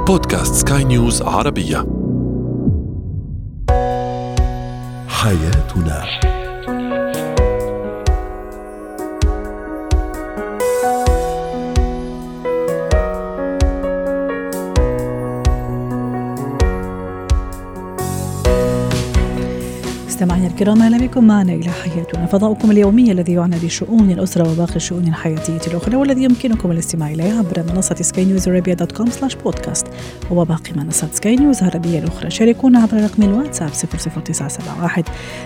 بودكاست سكاي نيوز عربية. حياتنا. مستمعينا الكرام، اهلا بكم معنا الى حياتنا، فضاؤكم اليومي الذي يعنى بشؤون الاسره وباقي الشؤون الحياتيه الاخرى، والذي يمكنكم الاستماع اليه عبر منصه skynewsarabia.com/podcast وباقي منصات سكاي نيوز العربيه الاخرى. شاركونا عبر رقم الواتساب 00971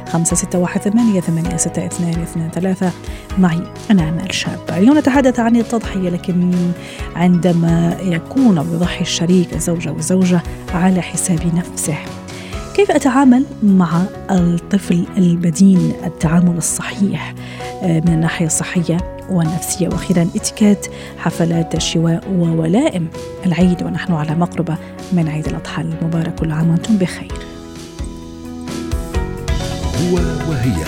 561 معي انا امال شاب. اليوم نتحدث عن التضحيه، لكن عندما يكون يضحي الشريك الزوجه والزوجه على حساب نفسه، كيف أتعامل مع الطفل البدين؟ التعامل الصحيح من الناحية الصحية والنفسية. وأخيرا اتكات حفلات الشواء وولائم العيد ونحن على مقربة من عيد الأضحى المبارك. كل عام وأنتم بخير. هو وهي.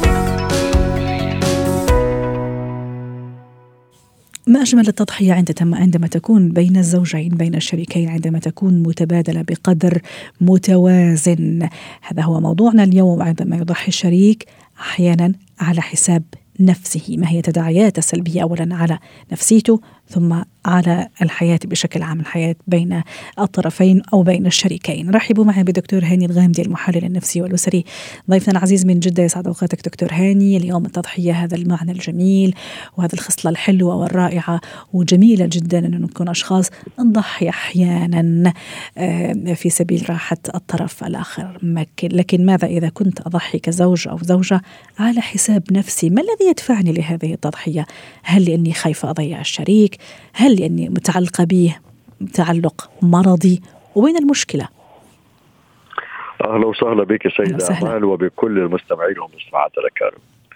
ما أجمل التضحية عندما تكون بين الزوجين، بين الشريكين، عندما تكون متبادلة بقدر متوازن. هذا هو موضوعنا اليوم. عندما يضحي الشريك أحيانا على حساب نفسه، ما هي تداعيات السلبية أولا على نفسيته، ثم على الحياة بشكل عام، الحياة بين الطرفين أو بين الشريكين. رحبوا معي بدكتور هاني الغامدي، المحلل النفسي والأسري، ضيفنا العزيز من جدة. يسعد أوقاتك دكتور هاني. اليوم التضحية، هذا المعنى الجميل وهذه الخصلة الحلوة والرائعة وجميلة جدا أن نكون أشخاص نضحي أحيانا في سبيل راحة الطرف الآخر. لكن ماذا إذا كنت أضحي كزوج أو زوجة على حساب نفسي؟ ما الذي يدفعني لهذه التضحية؟ هل لأني خايفة أضيع الشريك؟ هل لأني متعلقة به تعلق مرضي؟ وين المشكلة؟ أهلا وسهلا بك سيدة أمال وبكل المستمعين والمستمعات الأكارم.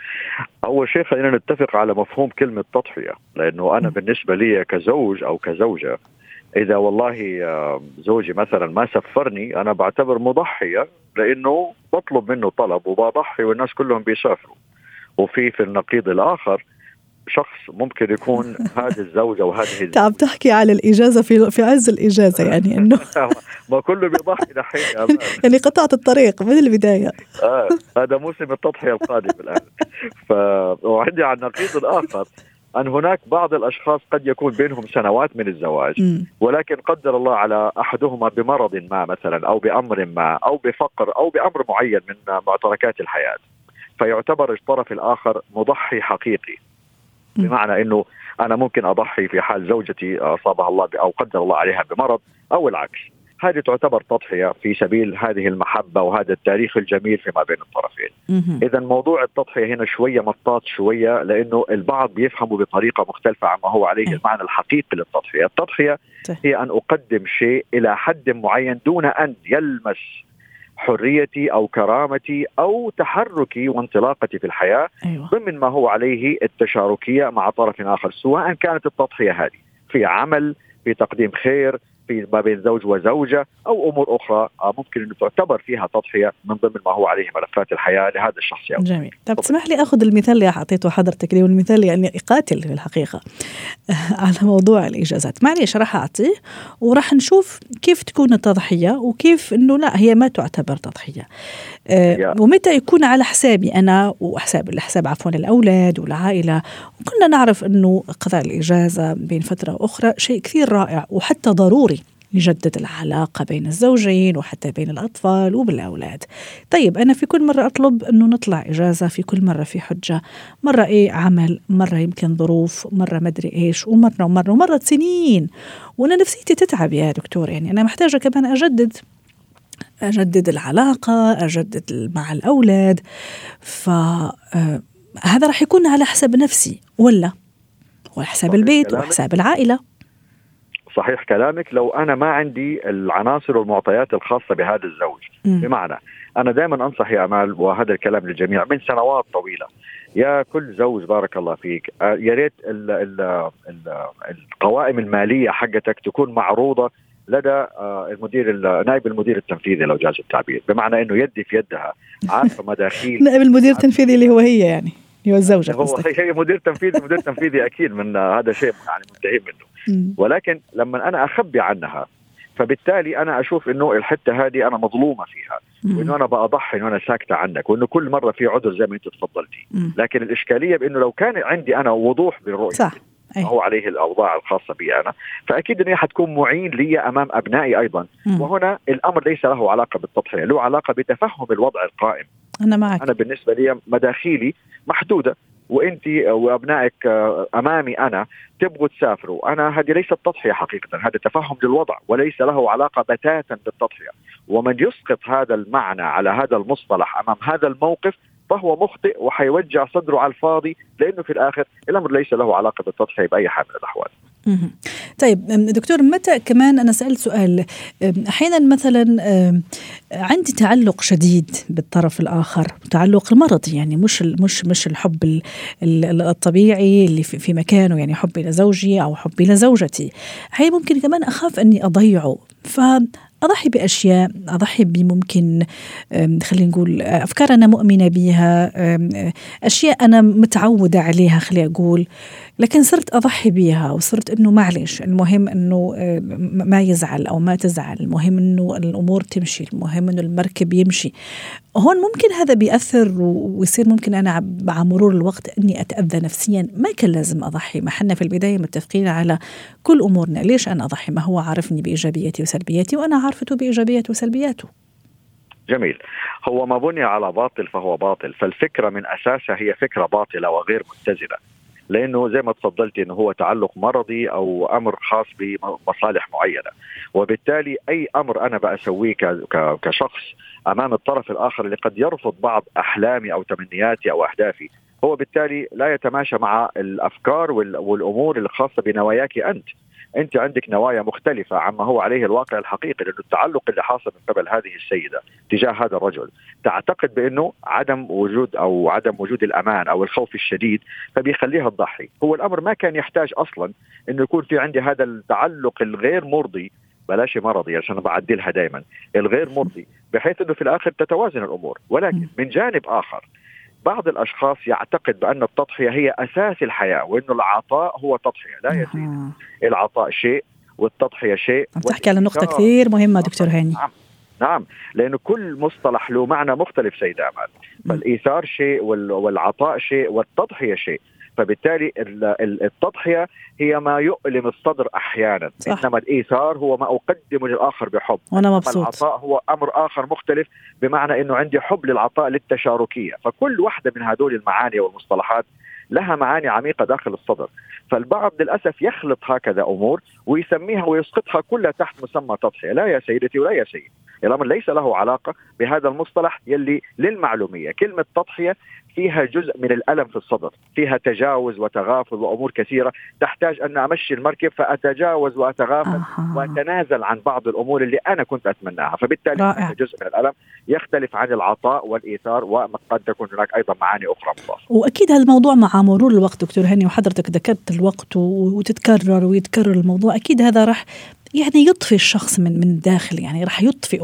أول شيء خلينا نتفق على مفهوم كلمة تضحية، لأنه أنا بالنسبة لي كزوج أو كزوجة، إذا والله زوجي مثلا ما سفرني، أنا بعتبر مضحية، لأنه بطلب منه طلب وبضحي والناس كلهم بيسافروا. وفي النقيض الآخر شخص ممكن يكون هذه الزوجة وهذه تعب تحكي على الإجازة في عز الإجازة، يعني إنه ما كله بيضحي دحين يعني قطعت الطريق من البداية. هذا موسم التضحية القادم الآن. وعندي على النقيض الآخر أن هناك بعض الأشخاص قد يكون بينهم سنوات من الزواج، ولكن قدر الله على أحدهما بمرض ما مثلا، أو بأمر ما، أو بفقر، أو بأمر معين من معتركات الحياة، فيعتبر الطرف الآخر مضحي حقيقي. بمعنى أنه أنا ممكن أضحي في حال زوجتي أصابها الله أو قدر الله عليها بمرض، أو العكس. هذه تعتبر تضحية في سبيل هذه المحبة وهذا التاريخ الجميل فيما بين الطرفين. إذا موضوع التضحية هنا شوية مطاط شوية، لأنه البعض بيفهموا بطريقة مختلفة عما هو عليه المعنى الحقيقي للتضحية. التضحية هي أن أقدم شيء إلى حد معين دون أن يلمس حريتي أو كرامتي أو تحركي وانطلاقتي في الحياة، ضمن ما هو عليه التشاركية مع طرف آخر، سواء كانت التضحية هذه في عمل، في تقديم خير، في ما بين زوج وزوجة، أو أمور أخرى ممكن أن تعتبر فيها تضحية من ضمن ما هو عليه ملفات الحياة لهذا الشخص. جميل. طب تسمح لي أخذ المثال اللي أعطيته حضرتك اليوم، المثال يعني قاتل في الحقيقة على موضوع الإجازات. معليش راح أعطيه وراح نشوف كيف تكون التضحية وكيف أنه لا، هي ما تعتبر تضحية، ومتى يكون على حسابي أنا وحساب الأولاد والعائلة. وكنا نعرف أنه قضاء الإجازة بين فترة وأخرى شيء كثير رائع وحتى ضروري يجدد العلاقة بين الزوجين وحتى بين الأطفال وبالأولاد. طيب أنا في كل مرة أطلب أنه نطلع إجازة، في كل مرة في حجة، مرة عمل، مرة يمكن ظروف، مرة مدري إيش، ومرة سنين، وأنا نفسيتي تتعب يا دكتور. يعني أنا محتاجة كمان أجدد العلاقة، أجدد مع الأولاد. فهذا راح يكون على حساب نفسي ولا حساب البيت وحساب العائلة؟ صحيح كلامك. لو أنا ما عندي العناصر والمعطيات الخاصة بهذا الزوج، بمعنى أنا دائما أنصح يا أمال، وهذا الكلام للجميع من سنوات طويلة، يا كل زوج بارك الله فيك، يا ريت القوائم المالية حقتك تكون معروضة لدى نائب المدير التنفيذي لو جاز التعبير، بمعنى انه يدي في يدها عارفه مداخيل نائب المدير التنفيذي اللي هو هي يعني هو الزوجة. هي مدير تنفيذي اكيد، من هذا شيء يعني منتهي منه. ولكن لما انا اخبي عنها فبالتالي أنا أشوف إنه الحتة هذه أنا مظلومة فيها، وإنه أنا بأضحي إنه أنا ساكتة عنك، وإنه كل مرة في عذر زي ما أنت تفضلتي. لكن الإشكالية بإنه لو كان عندي أنا وضوح بالرؤية هو عليه الأوضاع الخاصة بي أنا، فأكيد أنه حتكون معين لي أمام أبنائي أيضا. وهنا الأمر ليس له علاقة بالتضحية، له علاقة بتفهم الوضع القائم. أنا معك. أنا بالنسبة لي مداخيلي محدودة، وأنت وأبنائك أمامي أنا تبغوا تسافروا، أنا هذه ليست تضحية حقيقة، هذا تفهم للوضع وليس له علاقة بتاتا بالتضحية. ومن يسقط هذا المعنى على هذا المصطلح أمام هذا الموقف فهو مخطئ وحيوجع صدره على الفاضي، لأنه في الآخر الأمر ليس له علاقة بالتضحية بأي حال من الأحوال. طيب دكتور، متى كمان أنا سألت سؤال، أحيانا مثلا عندي تعلق شديد بالطرف الآخر، تعلق مرضي، يعني مش الحب الطبيعي اللي في مكانه، يعني حبي لزوجي أو حبي لزوجتي، هي ممكن كمان أخاف أني أضيعه، أضحي بأشياء، أضحي بممكن خلينا نقول أفكار أنا مؤمنة بيها، أشياء أنا متعودة عليها خلي أقول، لكن صرت أضحي بيها وصرت إنه معلش، المهم إنه ما يزعل أو ما تزعل، المهم إنه الأمور تمشي، المهم إنه المركب يمشي. هون ممكن هذا بيأثر ويصير ممكن أنا مع مرور الوقت إني أتأذى نفسيا. ما كان لازم أضحي، ما حنا في البداية متفقين على كل أمورنا، ليش أنا أضحي؟ ما هو عارفني بإيجابياتي وسلبياتي وأنا عارفته بإيجابياته وسلبياته. جميل. هو ما بني على باطل فهو باطل، فالفكرة من أساسها هي فكرة باطلة وغير متزنة، لأنه زي ما تفضلتي أنه هو تعلق مرضي أو أمر خاص بمصالح معينة، وبالتالي أي أمر أنا بأسويه كشخص أمام الطرف الآخر اللي قد يرفض بعض أحلامي أو تمنياتي أو أهدافي، هو بالتالي لا يتماشى مع الأفكار والأمور الخاصة بنواياك أنت عندك نوايا مختلفة عما هو عليه الواقع الحقيقي، لأنه التعلق اللي حاصل من قبل هذه السيدة تجاه هذا الرجل تعتقد بأنه عدم وجود الأمان أو الخوف الشديد فبيخليها تضحي. هو الأمر ما كان يحتاج أصلا أنه يكون في عندي هذا التعلق الغير مرضي، بلاش مرضي عشان بعدلها دائما، الغير مرضي، بحيث أنه في الآخر تتوازن الأمور. ولكن من جانب آخر بعض الأشخاص يعتقد بأن التضحية هي أساس الحياة، وأنه العطاء هو تضحية. لا يا سيدي، العطاء شيء والتضحية شيء. بتحكي على نقطة كثير مهمة دكتور هاني. نعم، لأنه كل مصطلح له معنى مختلف سيدة أمال. فالإيثار شيء والعطاء شيء والتضحية شيء، فبالتالي التضحية هي ما يؤلم الصدر أحيانا، إنما الإيثار هو ما أقدم للآخر بحب، وأنا مبسوط. العطاء هو أمر آخر مختلف، بمعنى أنه عندي حب للعطاء للتشاركية. فكل واحدة من هذول المعاني والمصطلحات لها معاني عميقة داخل الصدر. فالبعض للأسف يخلط هكذا أمور ويسميها ويسقطها كلها تحت مسمى تضحية. لا يا سيدتي ولا يا سيدي، الأمر ليس له علاقة بهذا المصطلح يلي للمعلومية كلمة تضحية فيها جزء من الألم في الصدر، فيها تجاوز وتغافل وأمور كثيرة تحتاج أن أمشي المركب فأتجاوز وأتغافل وأتنازل عن بعض الأمور اللي أنا كنت أتمناها. فبالتالي جزء من الألم يختلف عن العطاء والإيثار، وقد تكون هناك أيضا معاني أخرى مضافة. وأكيد هالموضوع مع مرور الوقت دكتور هاني، وحضرتك ذكرت الوقت وتتكرر ويتكرر الموضوع، أكيد هذا راح يعني يطفي الشخص من الداخل، يعني راح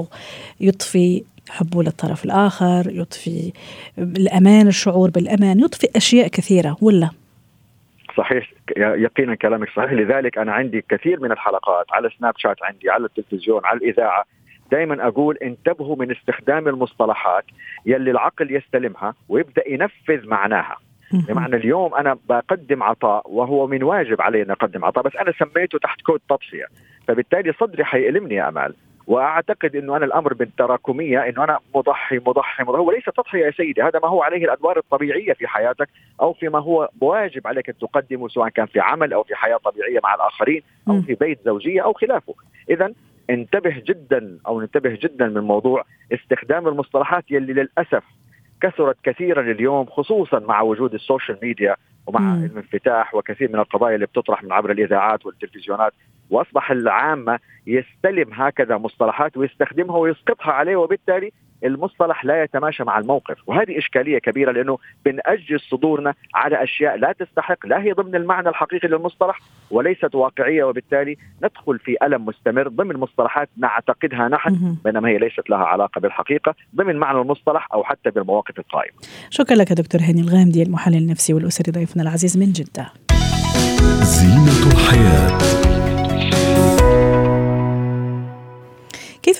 يطفي حبه للطرف الآخر، يطفي الأمان، الشعور بالأمان، يطفي أشياء كثيرة. ولا صحيح، يقينا كلامك صحيح. لذلك أنا عندي كثير من الحلقات على سناب شات، عندي على التلفزيون، على الإذاعة، دائما أقول انتبهوا من استخدام المصطلحات يلي العقل يستلمها ويبدأ ينفذ معناها. بمعنى اليوم أنا بقدم عطاء وهو من واجب علي أن أقدم عطاء، بس أنا سميته تحت كود تضحية، فبالتالي صدري حيألمني يا أمال، وأعتقد أنه أنا الأمر بالتراكمية أنه أنا مضحي. هو ليس تضحية يا سيدي، هذا ما هو عليه الأدوار الطبيعية في حياتك، أو فيما هو واجب عليك أن تقدمه، سواء كان في عمل أو في حياة طبيعية مع الآخرين أو في بيت زوجية أو خلافه. إذن ننتبه جدا من موضوع استخدام المصطلحات يلي للأسف كثرت كثيرا اليوم، خصوصا مع وجود السوشيال ميديا ومع الانفتاح وكثير من القضايا اللي بتطرح من عبر الإذاعات والتلفزيونات، وأصبح العامة يستلم هكذا مصطلحات ويستخدمها ويسقطها عليه، وبالتالي المصطلح لا يتماشى مع الموقف. وهذه إشكالية كبيرة، لأنه بنأجل صدورنا على أشياء لا تستحق، لا هي ضمن المعنى الحقيقي للمصطلح وليست واقعية، وبالتالي ندخل في ألم مستمر ضمن مصطلحات نعتقدها نحن بينما هي ليست لها علاقة بالحقيقة ضمن معنى المصطلح أو حتى بالمواقف القائمة. شكرا لك دكتور هاني الغامدي، المحلل النفسي والأسري، ضيفنا العزيز من جدة. زينة الحياة.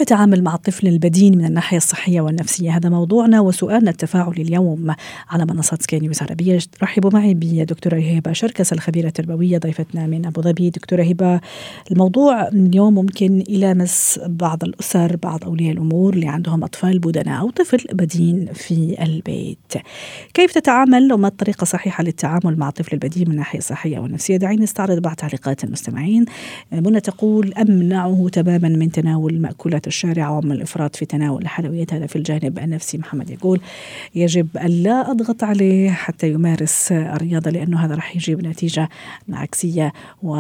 أتعامل مع الطفل البدين من الناحية الصحية والنفسية؟ هذا موضوعنا وسؤالنا التفاعلي اليوم على منصة سكاي نيوز عربية. رحبوا معي بدكتورة هبة شركس الخبيرة التربوية ضيفتنا من أبو ظبي. دكتورة هبة، الموضوع اليوم ممكن يلامس بعض الأسر، بعض أولياء الأمور اللي عندهم أطفال بدناء أو طفل بدين في البيت. كيف تتعامل وما الطريقة الصحيحة للتعامل مع الطفل البدين من الناحية الصحية والنفسية؟ دعينا نستعرض بعض تعليقات المستمعين. منى تقول: أمنعه تماما من تناول مأكولات الشارع ومن الإفراط في تناول الحلويات. هذا في الجانب النفسي. محمد يقول: يجب ألا أضغط عليه حتى يمارس الرياضة لأنه هذا رح يجيب نتيجة عكسية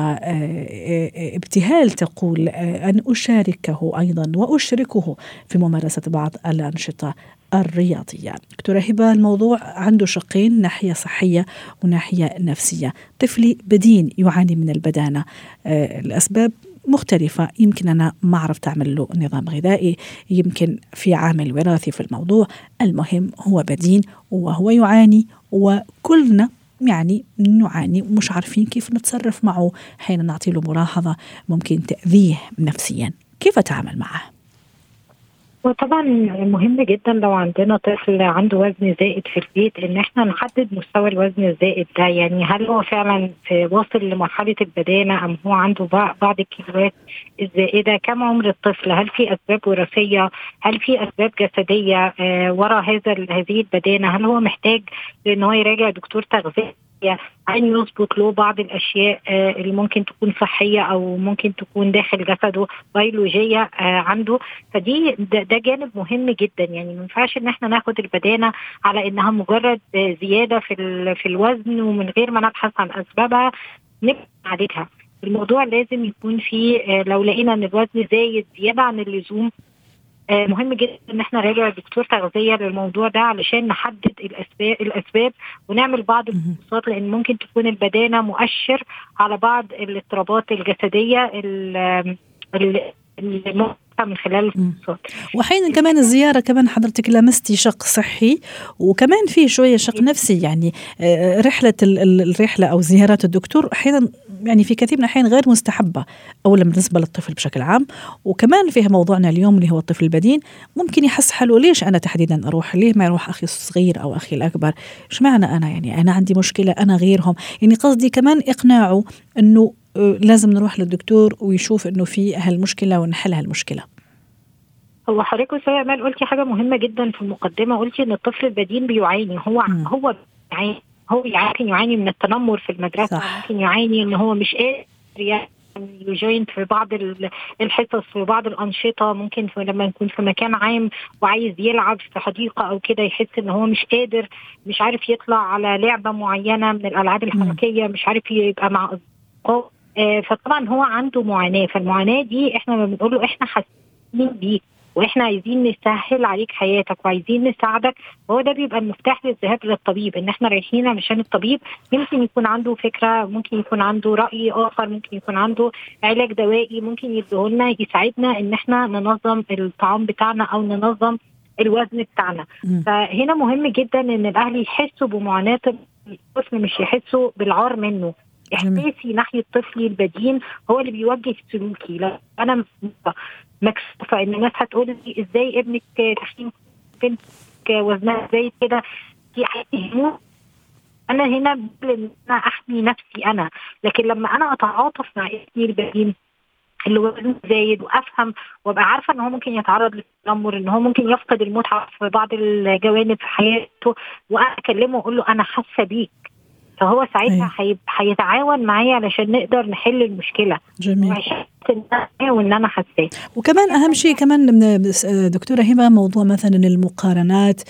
وابتهال. تقول: أن أشاركه أيضا وأشركه في ممارسة بعض الأنشطة الرياضية. دكتورة هبة، الموضوع عنده شقين، ناحية صحية وناحية نفسية. طفلي بدين يعاني من البدانة، الأسباب مختلفة. يمكن أنا ما أعرف تعمل له نظام غذائي، يمكن في عامل وراثي في الموضوع. المهم هو بدين وهو يعاني، وكلنا يعني نعاني ومش عارفين كيف نتصرف معه. حين نعطي له ملاحظة ممكن تأذيه نفسيا. كيف أتعامل معه؟ وطبعا مهم جدا لو عندنا طفل عنده وزن زائد في البيت ان احنا نحدد مستوى الوزن الزائد ده. يعني هل هو فعلا واصل لمرحلة البدانة ام هو عنده بعض الكيلوات الزائدة؟ كم عمر الطفل؟ هل في اسباب وراثية؟ هل في اسباب جسدية وراء هذه البدانة؟ هل هو محتاج ان هو يراجع دكتور تغذية عن يظبط له بعض الأشياء اللي ممكن تكون صحية أو ممكن تكون داخل جسده بيولوجية عنده؟ فدي ده جانب مهم جدا. يعني ما ينفعش إن احنا ناخد البدانة على إنها مجرد زيادة في الوزن ومن غير ما نبحث عن أسبابها نبقى نعالجها. الموضوع لازم يكون فيه، لو لقينا إن الوزن زايد زيادة عن اللزوم، مهم جدا ان احنا نراجع دكتور تغذية للموضوع ده علشان نحدد الاسباب ونعمل بعض الفحوصات، لان ممكن تكون البدانة مؤشر على بعض الاضطرابات الجسدية اللي من خلال الفحوصات. وحين كمان الزيارة، كمان حضرتك لمستي شق صحي وكمان فيه شوية شق نفسي. يعني الرحلة أو زيارات الدكتور أحيانا يعني في كثير من الأحيان غير مستحبة، أولا بالنسبة للطفل بشكل عام، وكمان فيها موضوعنا اليوم اللي هو الطفل البدين. ممكن يحس حاله ليش أنا تحديدا أروح، ليه ما يروح أخي الصغير أو أخي الأكبر؟ إيش معنى أنا يعني أنا عندي مشكلة أنا غيرهم؟ يعني قصدي كمان إقناعه أنه لازم نروح للدكتور ويشوف أنه في هالمشكلة ونحل هالمشكلة. هو حضرتك أستاذة أمال قلتي حاجة مهمة جدا في المقدمة، قلتي إن الطفل البدين بيعاني. هو يعاني من التنمر في المدرسة، ممكن يعاني إن هو مش قادر يجوين في بعض الحصص في بعض الأنشطة. ممكن لما يكون في مكان عام وعايز يلعب في حديقة أو كده يحس إن هو مش قادر، مش عارف يطلع على لعبة معينة من الألعاب الحركية، مش عارف يبقى مع أصدقائه. فطبعا هو عنده معاناة. فالمعاناة دي احنا لما بنقول له احنا حاسين بيك واحنا عايزين نسهل عليك حياتك وعايزين نساعدك، هو ده بيبقى المفتاح للذهاب للطبيب. ان احنا رايحين علشان الطبيب ممكن يكون عنده فكرة، ممكن يكون عنده رأي آخر، ممكن يكون عنده علاج دوائي ممكن يديهولنا يساعدنا ان احنا ننظم الطعام بتاعنا او ننظم الوزن بتاعنا. فهنا مهم جدا ان الاهل يحسوا بمعاناة الطفل، مش يحسوا بالعار منه. إحساسي ناحية طفلي البدين هو اللي بيوجه سلوكي. لا أنا مكسوفة إن الناس هتقول لي إزاي ابنك تخين، بنتك وزنها زي كده، دي حاجة أنا هنا أنا أحمي نفسي أنا. لكن لما أنا أتعاطف مع ابني البدين اللي وزنه زايد وأفهم وأبقى عارفة إن هو ممكن يتعرض للتنمر، إن هو ممكن يفقد المتعة في بعض الجوانب في حياته، وأنا أكلمه وأقول له أنا حاسة بيك، فهو ساعتها هيتعاون معايا علشان نقدر نحل المشكلة. جميل. وإن أنا حسيت. وكمان أهم شيء كمان دكتورة هبة موضوع مثلا المقارنات.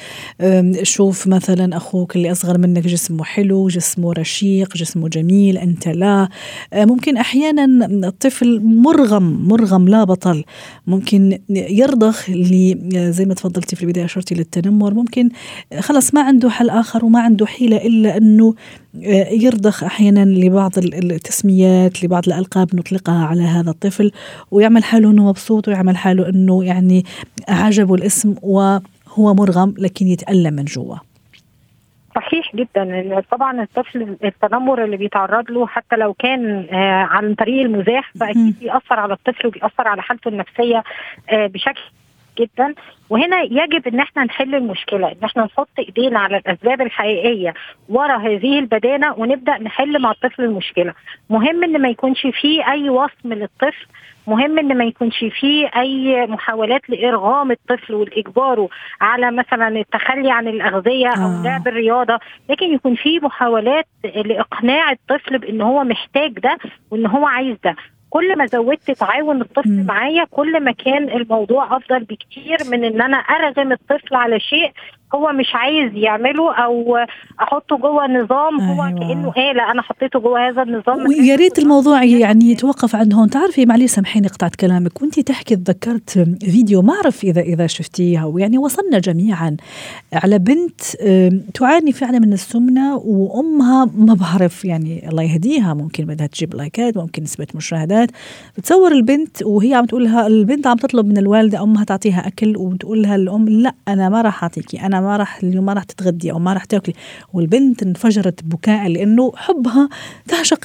شوف مثلا أخوك اللي أصغر منك جسمه حلو، جسمه رشيق، جسمه جميل، أنت لا. ممكن أحيانا الطفل مرغم لا بطل، ممكن يرضخ اللي زي ما تفضلتي في البداية أشرتي للتنمر. ممكن خلص ما عنده حل آخر وما عنده حيلة إلا أنه يرضخ أحيانا لبعض التسميات، لبعض الألقاب نطلقها على هذا الطفل، ويعمل حاله أنه مبسوط ويعمل حاله أنه يعني عجبه الاسم وهو مرغم لكن يتألم من جوا. صحيح جدا. طبعا الطفل التنمر اللي بيتعرض له حتى لو كان عن طريق المزاح فأكيد بيأثر على الطفل وبيأثر على حالته النفسية بشكل جدا. وهنا يجب ان احنا نحل المشكله، ان احنا نحط ايدينا على الاسباب الحقيقيه ورا هذه البدانه ونبدا نحل مع الطفل المشكله. مهم ان ما يكونش فيه اي وصم للطفل، مهم ان ما يكونش فيه اي محاولات لارغام الطفل والاجباره على مثلا التخلي عن الاغذيه او لعب الرياضه، لكن يكون فيه محاولات لاقناع الطفل بان هو محتاج ده وان هو عايز ده. كل ما زودت تعاون الطفل معايا كل ما كان الموضوع افضل بكتير من ان انا ارغم الطفل على شيء هو مش عايز يعمله او احطه جوه نظام هو كانه آلة انا حطيته جوه هذا النظام. ويا ريت الموضوع يعني يتوقف عند هون. تعرفي معلي سامحيني قطعت كلامك وانتي تحكي تذكرت فيديو ما اعرف اذا شفتيها ويعني وصلنا جميعا على بنت تعاني فعلا من السمنه وامها ما بعرف يعني الله يهديها ممكن بدها تجيب لايكات ممكن نسبه مشاهدات. بتصور البنت وهي عم تقولها البنت عم تطلب من الوالده امها تعطيها اكل وتقول لها الام لا انا ما راح اعطيكي انا ما راح اليوم ما راح تتغدي او ما راح تاكلي. والبنت انفجرت بكاء لانه حبها تعشق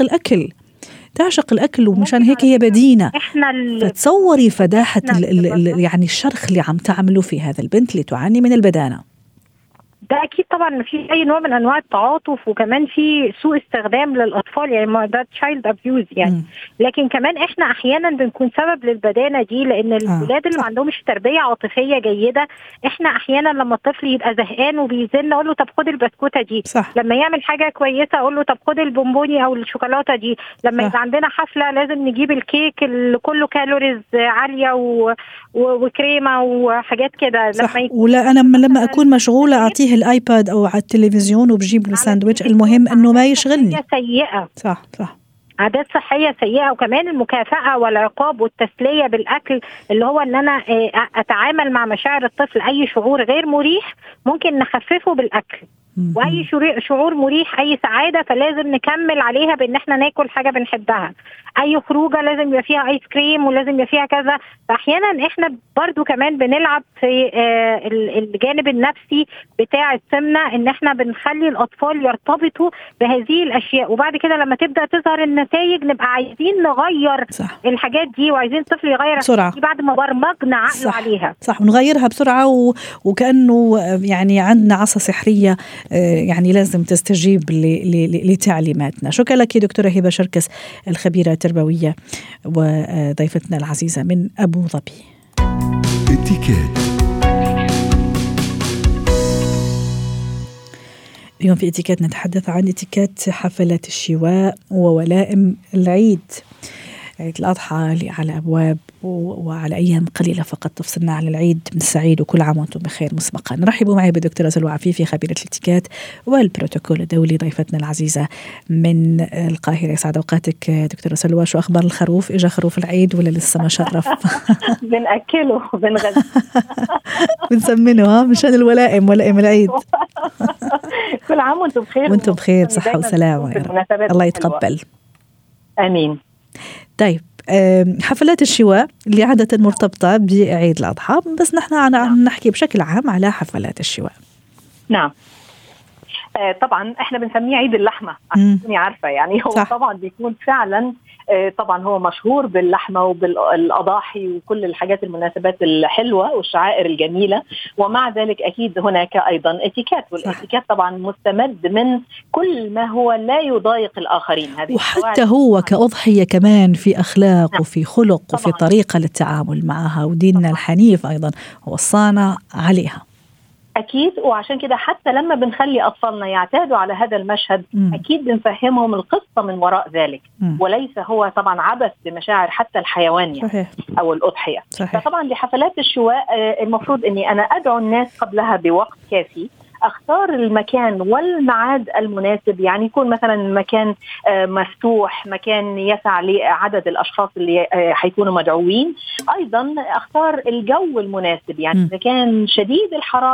الاكل ومشان هيك هي بدينه. فتصوري فداحه يعني الشرخ اللي عم تعمله في هذا البنت اللي تعاني من البدانه. ده اكيد طبعا ما في اي نوع من انواع التعاطف وكمان في سوء استخدام للاطفال يعني ما ده تشايلد ابيوز يعني. لكن كمان احنا احيانا بنكون سبب للبدانه دي لان الولاد اللي ما عندهمش تربيه عاطفيه جيده احنا احيانا لما الطفل يبقى زهقان وبيزن اقول له طب خد البسكوته دي صح. لما يعمل حاجه كويسه اقول له طب خد البونبوني او الشوكولاته دي. لما يبقى عندنا حفله لازم نجيب الكيك اللي كله كالوريز عاليه وكريمه وحاجات كده. ولا انا لما اكون مشغوله اعطيه الايباد او على التلفزيون وبجيب له ساندويتش المهم انه ما يشغلني. سيئه صح عادات صحيه سيئه. وكمان المكافاه والعقاب والتسليه بالاكل اللي هو ان انا اتعامل مع مشاعر الطفل اي شعور غير مريح ممكن نخففه بالاكل واي شعور مريح اي سعاده فلازم نكمل عليها بان احنا ناكل حاجه بنحبها. اي خروجه لازم يبقى فيها ايس كريم ولازم يبقى فيها كذا. فاحيانا احنا برضو كمان بنلعب في الجانب النفسي بتاع السمنه ان احنا بنخلي الاطفال يرتبطوا بهذه الاشياء وبعد كده لما تبدا تظهر النتائج نبقى عايزين نغير الحاجات دي وعايزين الطفل يغير بسرعه بعد ما برمجنا عقله عليها. صح ونغيرها بسرعه وكانه يعني عندنا عصا سحريه يعني لازم تستجيب لتعليماتنا. شكرا لك دكتورة هبة شركس الخبيرة التربوية وضيفتنا العزيزة من أبو ظبي. اليوم في اتيكيت نتحدث عن اتيكيت حفلات الشواء وولائم العيد. عيد الأضحى اللي على أبواب وعلى أيام قليلة فقط تفصلنا عن العيد من سعيد وكل عام وأنتم بخير مسبقا. نرحبوا معي بالدكتورة سلوى عفيفي خبيرة الاتيكيت والبروتوكول الدولي ضيفتنا العزيزة من القاهرة. يسعد أوقاتك دكتورة سلوى. شو أخبار الخروف؟ إجا خروف العيد ولا لسه ما شرف؟ بنأكله بنغذيه بنسمنه مشان الولائم ولائم العيد. كل عام وأنتم بخير وأنتم بخير صحة وسلامة يا رب. الله يتقبل. آمين. طيب حفلات الشواء اللي عادة مرتبطة بعيد الأضحى بس نحن عم نحكي بشكل عام على حفلات الشواء. نعم طبعا احنا بنسميه عيد اللحمة عشان تكوني عارفة يعني هو صح. طبعا بيكون فعلا طبعا هو مشهور باللحمة وبالأضاحي وكل الحاجات المناسبات الحلوة والشعائر الجميلة ومع ذلك أكيد هناك أيضا اتيكيت والاتيكيت طبعا مستمد من كل ما هو لا يضايق الآخرين. هذه وحتى هو كأضحية كمان في أخلاق وفي خلق طبعاً. وفي طريقة للتعامل معها وديننا الحنيف أيضا وصانا عليها أكيد. وعشان كده حتى لما بنخلي أطفالنا يعتادوا على هذا المشهد أكيد بنفهمهم القصة من وراء ذلك وليس هو طبعا عبث بمشاعر حتى الحيوان يعني أو الأضحية. فطبعا لحفلات الشواء المفروض أني أنا أدعو الناس قبلها بوقت كافي أختار المكان والميعاد المناسب يعني يكون مثلا مكان مفتوح مكان يسع لعدد الأشخاص اللي حيكونوا مدعوين. أيضا أختار الجو المناسب يعني إذا كان شديد الحرارة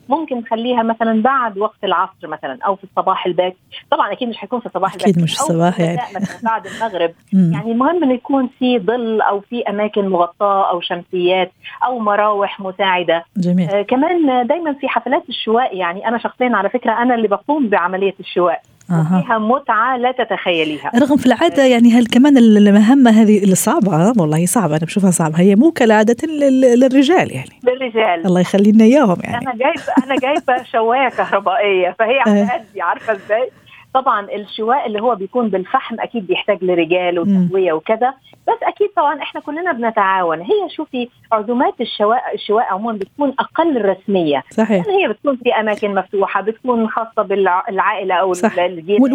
ممكن نخليها مثلا بعد وقت العصر مثلا أو في الصباح الباكر. طبعا أكيد مش هيكون في الصباح الباكر، أكيد مش الصباح يعني مثلا بعد المغرب. يعني المهم إنه يكون في ظل أو في أماكن مغطاة أو شمسيات أو مراوح مساعدة. جميل. كمان دايما في حفلات الشواء، يعني أنا شخصيا على فكرة أنا اللي بقوم بعملية الشواء، فيها متعة لا تتخيليها. رغم في العادة يعني كمان المهمة هذه اللي صعبة، والله صعبة، أنا بشوفها صعبة، هي مو كالعادة للرجال يعني. للرجال الله يخلي لنا إياهم يعني. أنا جايبة شواية كهربائية، فهي على قدي، عارفة إزاي. طبعا الشواء اللي هو بيكون بالفحم أكيد بيحتاج لرجال وتسوية وكذا، بس أكيد طبعا إحنا كلنا بنتعاون. هي شوفي عزومات الشواء عموما بتكون أقل رسمية. صحيح. يعني هي بتكون في أماكن مفتوحة، بتكون خاصة بالعائلة أو الجيران،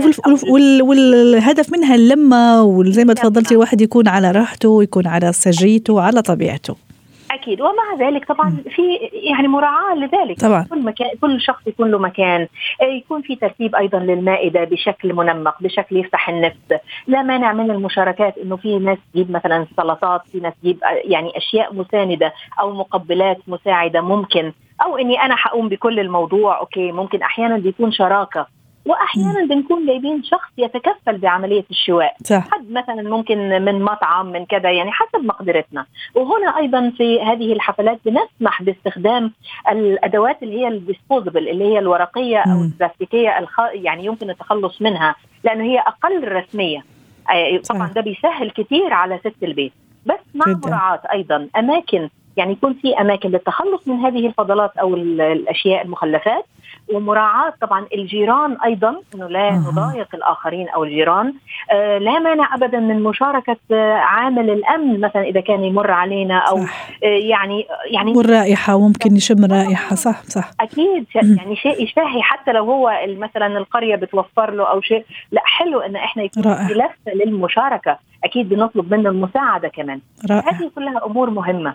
والهدف منها اللمة، وزي ما تفضلتي الواحد يكون على راحته ويكون على سجيته وعلى طبيعته. أكيد. ومع ذلك طبعا في يعني مراعاة لذلك طبعا. كل شخص يكون له مكان، يكون في ترتيب أيضا للمائدة بشكل منمق، بشكل يفتح النفس. لا مانع من المشاركات، إنه في ناس تجيب مثلا سلطات، في ناس تجيب يعني أشياء مساندة أو مقبلات مساعدة ممكن، أو إني أنا حقوم بكل الموضوع. أوكي، ممكن أحيانا بيكون شراكة، وأحيانا بنكون جايبين شخص يتكفل بعملية الشواء. حد مثلا ممكن من مطعم من كذا، يعني حسب مقدرتنا. وهنا أيضا في هذه الحفلات بنسمح باستخدام الأدوات اللي هي الديسبوزبل، اللي هي الورقية أو البلاستيكية، يعني يمكن التخلص منها لأنه هي أقل رسمية. طبعا ده بيسهل كتير على ست البيت، بس مع مراعاة أيضا أماكن، يعني يكون في أماكن للتخلص من هذه الفضلات أو الأشياء المخلفات، ومراعاة طبعا الجيران أيضا، إنه لا نضايق الآخرين أو الجيران. لا مانع أبدا من مشاركة عامل الأمن مثلا إذا كان يمر علينا، أو يعني والرائحة، وممكن يشم رائحة. صح أكيد. يعني شيء يشتهي، حتى لو هو مثلا القرية بتوفر له أو شيء، لا حلو إن إحنا يكون في لفة للمشاركة. أكيد بنطلب منه المساعدة كمان. هذه كلها أمور مهمة.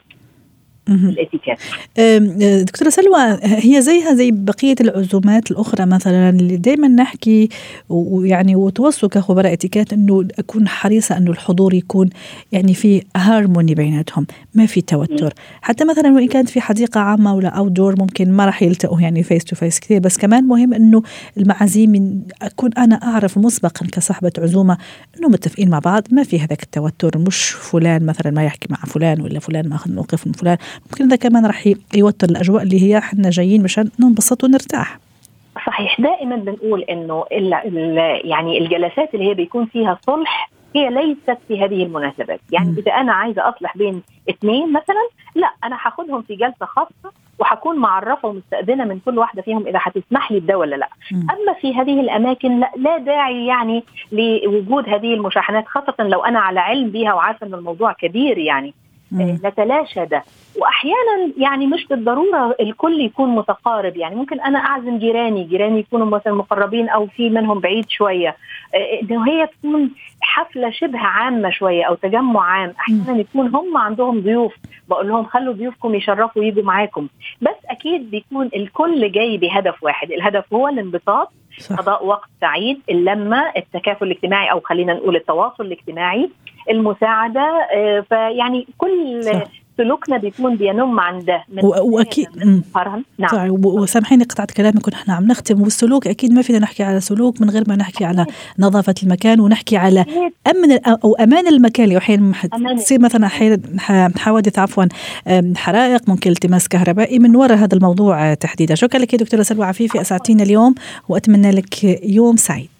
دكتورة سلوى، هي زيها زي بقية العزومات الأخرى مثلا اللي دايما نحكي ويعني وتوصوا كخبراء اتيكيت إنه أكون حريصة إنه الحضور يكون يعني في هارموني بيناتهم، ما في توتر. حتى مثلا وإن كانت في حديقة عامة ولا أوتدور ممكن ما راح يلتقوا يعني فيس تو فيس كثير، بس كمان مهم إنه المعازيم أكون أنا أعرف مسبقا كصاحبة عزومة إنه متفقين مع بعض، ما في هذاك التوتر، مش فلان مثلا ما يحكي مع فلان ولا فلان ما أخذ موقف من فلان. ممكن ده كمان رح يوتر الأجواء اللي هي احنا جايين مشان ننبسط ونرتاح. صحيح. دائما بنقول إنه يعني الجلسات اللي هي بيكون فيها صلح هي ليست في هذه المناسبات. يعني إذا أنا عايزة أصلح بين اثنين مثلا، لا أنا هاخدهم في جلسة خاصة وحكون معرفة ومستأذنة من كل واحدة فيهم إذا هتسمح لي بده ولا لا. أما في هذه الأماكن لا داعي يعني لوجود هذه المشاحنات، خاصة لو أنا على علم بها وعارفة أن الموضوع كبير، يعني نتلاشى ده. وأحيانا يعني مش بالضرورة الكل يكون متقارب، يعني ممكن أنا أعزم جيراني يكونوا مثلا مقربين أو في منهم بعيد شوية، إنه هي تكون حفلة شبه عامة شوية أو تجمع عام. أحيانا يكون هم عندهم ضيوف، بقول لهم خلوا ضيوفكم يشرفوا يجوا معاكم، بس أكيد بيكون الكل جاي بهدف واحد. الهدف هو الانبساط، قضاء وقت سعيد، اللمة، التكافل الاجتماعي، أو خلينا نقول التواصل الاجتماعي، المساعدة. فيعني كل سلوكنا بيكون بينم عن ده. واكيد نعم. وسامحيني قطعت كلامك، ونحن عم نختم. والسلوك اكيد ما فينا نحكي على سلوك من غير ما نحكي على نظافة المكان، ونحكي على امان المكان. اللي احيانا تصير مثلا حوادث حرائق، ممكن التماس كهربائي من وراء هذا الموضوع تحديدا. شكرا لك دكتورة سلوى عفيفي، اسعدتينا اليوم واتمنى لك يوم سعيد.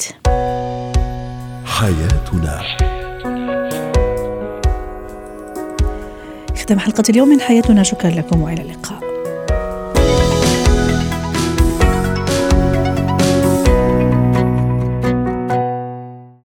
حياتنا. ختم حلقة اليوم من حياتنا. شكرا لكم وإلى اللقاء.